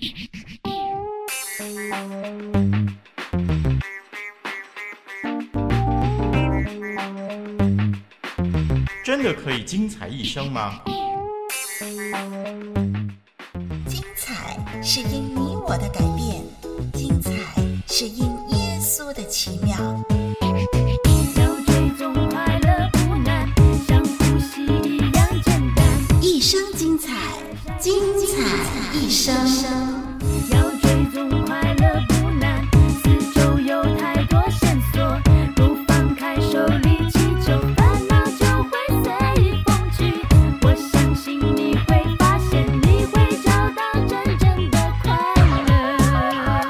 真的可以精彩一生吗？ 精彩是因你我的改变，精彩是因耶稣的奇妙。 要追踪快乐不难，像呼吸一样简单。 一生精彩，精彩一生。 要追踪快乐不难，四周有太多线索，不放开手力气就烦恼就会随意风去。我相信你会发现，你会找到真正的快乐。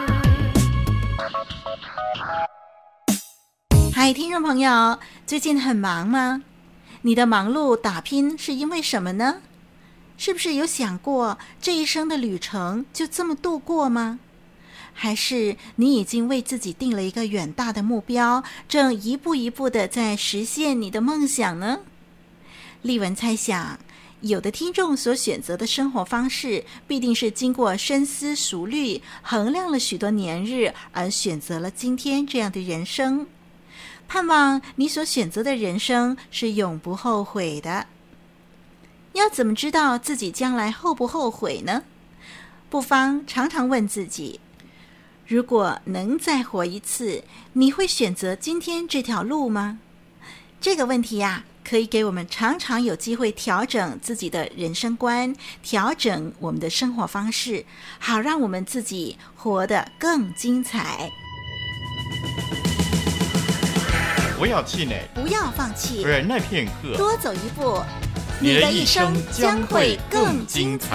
嗨，听众朋友，最近很忙吗？你的忙碌打拼是因为什么呢？是不是有想过这一生的旅程就这么度过吗？还是你已经为自己定了一个远大的目标，正一步一步的在实现你的梦想呢？丽文猜想，有的听众所选择的生活方式必定是经过深思熟虑，衡量了许多年日，而选择了今天这样的人生。盼望你所选择的人生是永不后悔的。要怎么知道自己将来后不后悔呢？不妨常常问自己，如果能再活一次，你会选择今天这条路吗？这个问题呀，可以给我们常常有机会调整自己的人生观，调整我们的生活方式，好让我们自己活得更精彩。 不要气馁， 不要放弃， 忍耐片刻， 多走一步， 你的一生将会更精彩。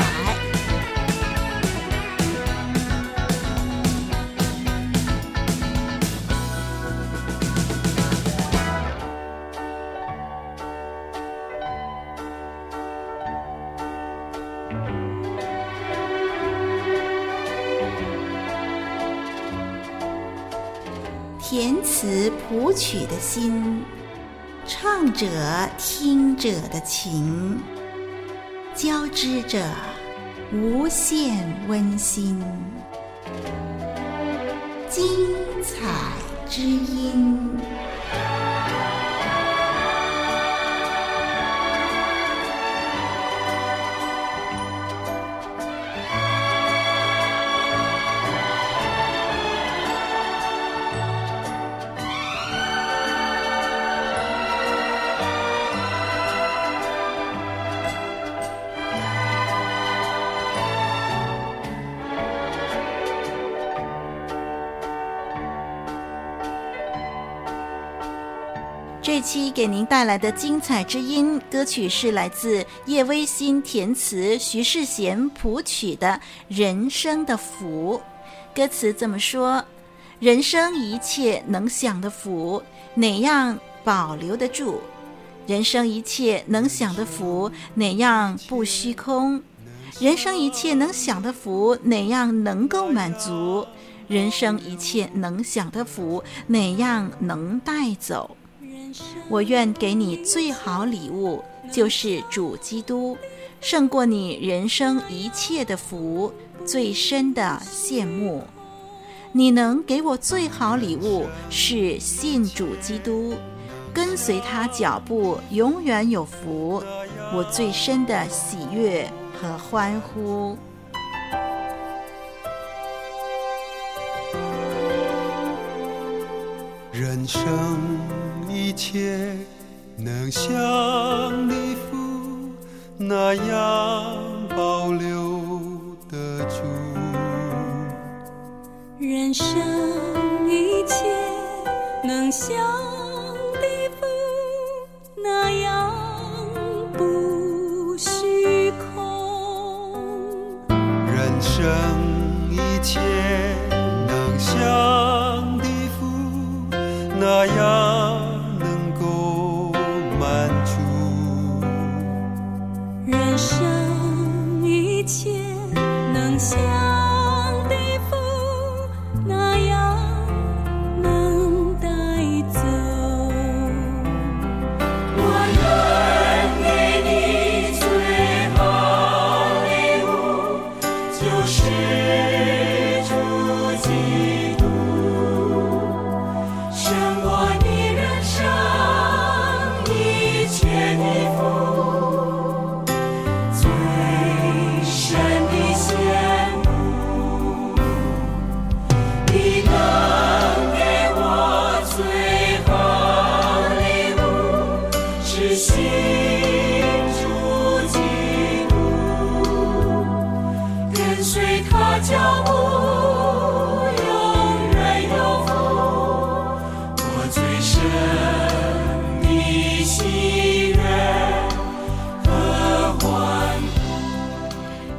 填词谱曲的心，唱者听者的情，交织着无限温馨，精彩之音。这期给您带来的精彩之音歌曲是来自叶微心填词、徐世贤谱曲的《人生的福》。歌词这么说：人生一切能享的福，哪样保留得住？人生一切能享的福，哪样不虚空？人生一切能享的福，哪样能够满足？人生一切能享的福，哪样能带走？我愿给你最好礼物，就是主基督，胜过你人生一切的福，最深的羡慕。你能给我最好礼物，是信主基督，跟随他脚步，永远有福，我最深的喜悦和欢呼。 人生一切能像你福那样保留得住， 人生一切能像地府那样不虚空， 人生一切能像地府那样能够满足， 人生一切能像地府那样能带走。我愿给你最好礼物，就是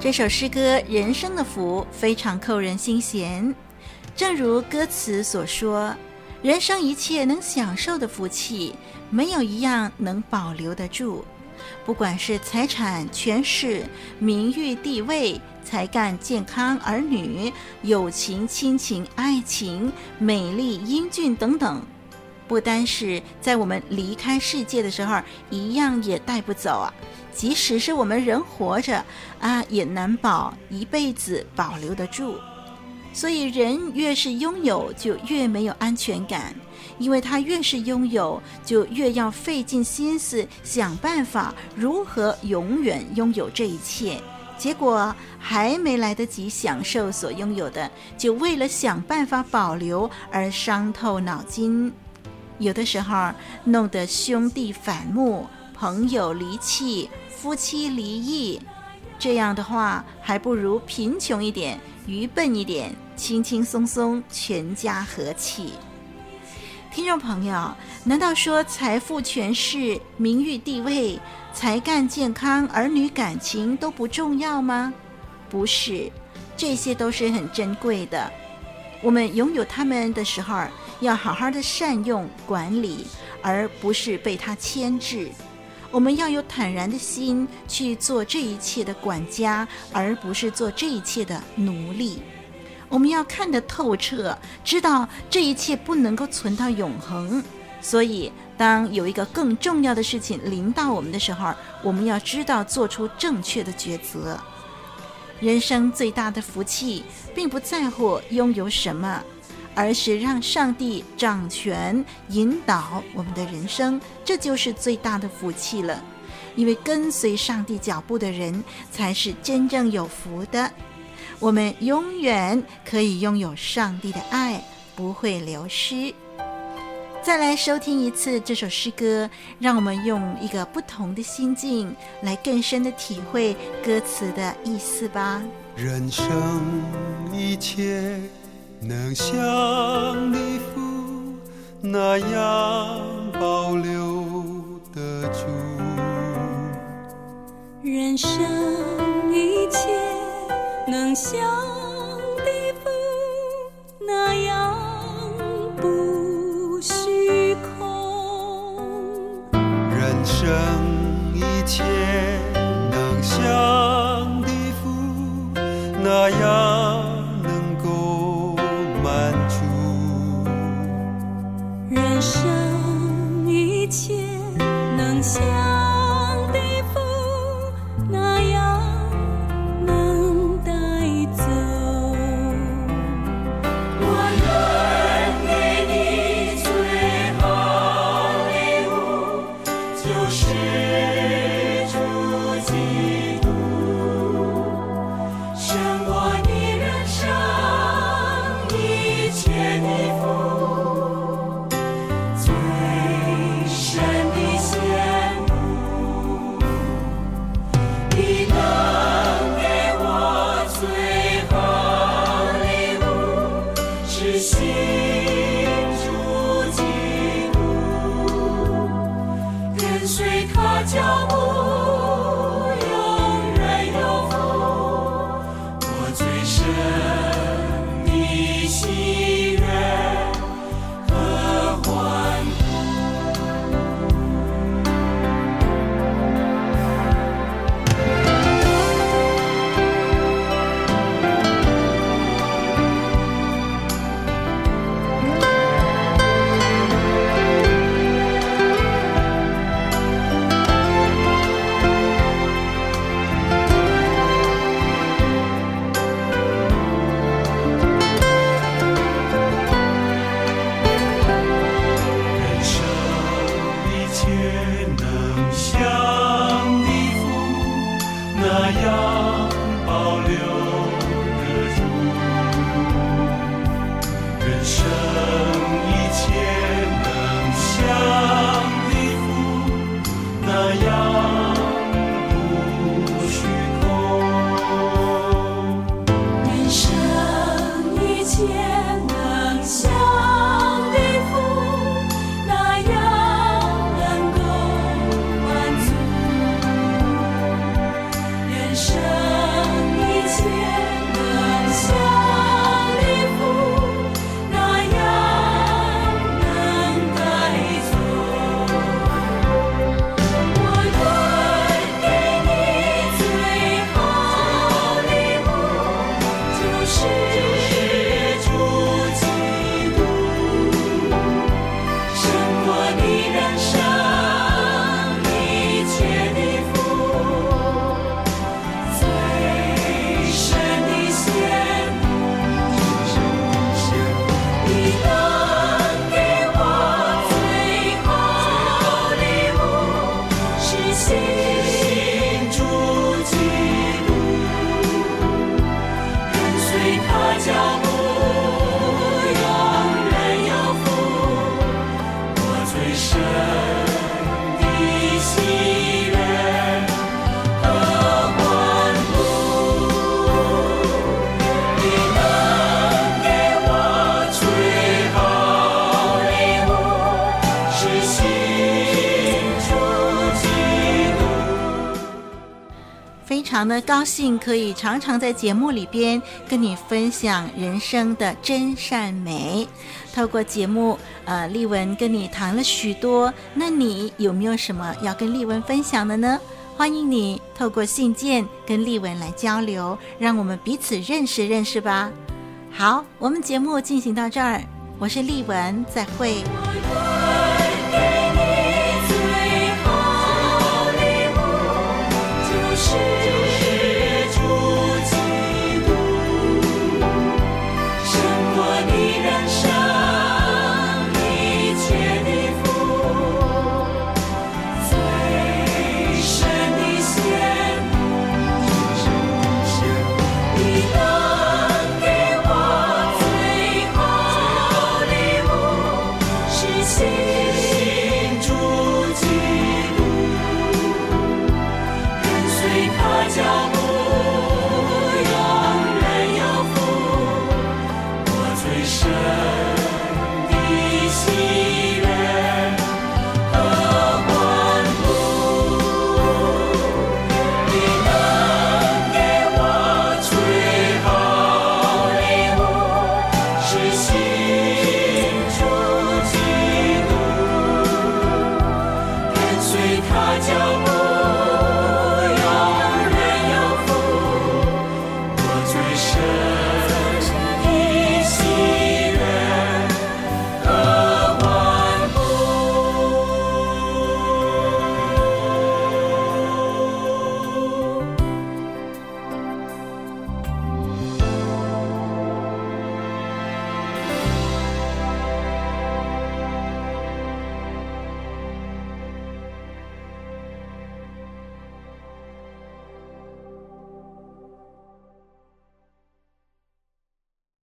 这首诗歌《人生的福》非常扣人心弦，正如歌词所说，人生一切能享受的福气，没有一样能保留得住。不管是财产、权势、名誉、地位、才干、健康、儿女、友情、亲情、爱情、美丽、英俊等等，不单是在我们离开世界的时候一样也带不走啊，即使是我们人活着啊，也难保一辈子保留得住。所以人越是拥有就越没有安全感，因为他越是拥有就越要费尽心思想办法如何永远拥有这一切，结果还没来得及享受所拥有的，就为了想办法保留而伤透脑筋，有的时候弄得兄弟反目，朋友离弃，夫妻离异。这样的话还不如贫穷一点，愚笨一点，轻轻松松全家和气。听众朋友，难道说财富、权势、名誉、地位、才干、健康、儿女、感情都不重要吗？不是，这些都是很珍贵的。我们拥有它们的时候，要好好的善用管理，而不是被它牵制。我们要有坦然的心去做这一切的管家，而不是做这一切的奴隶。我们要看得透彻，知道这一切不能够存到永恒，所以当有一个更重要的事情临到我们的时候，我们要知道做出正确的抉择。人生最大的福气并不在乎拥有什么，而是让上帝掌权引导我们的人生，这就是最大的福气了。因为跟随上帝脚步的人才是真正有福的。我们永远可以拥有上帝的爱，不会流失。再来收听一次这首诗歌，让我们用一个不同的心境来更深的体会歌词的意思吧。 人生一切能像你父那样保留得住， 人生一切能像地府那样不虚空， 人生一切能像地府那样能够满足， 人生一切能像地府那样能带走。我愿给你最好礼物，就是主基督，胜过你人生一切的福，最深的羡慕。你能给我最好礼物，是信主基督，跟随他脚步，永远有福。我最脚步永远有福，我最深的喜悦和欢呼，你能给我最好礼物，是信主基督。 非常的高兴可以常常在节目里边跟你分享人生的真善美。透过节目丽文跟你谈了许多，那你有没有什么要跟丽文分享的呢？欢迎你透过信件跟丽文来交流，让我们彼此认识认识吧。好，我们节目进行到这儿，我是丽文，再会。 我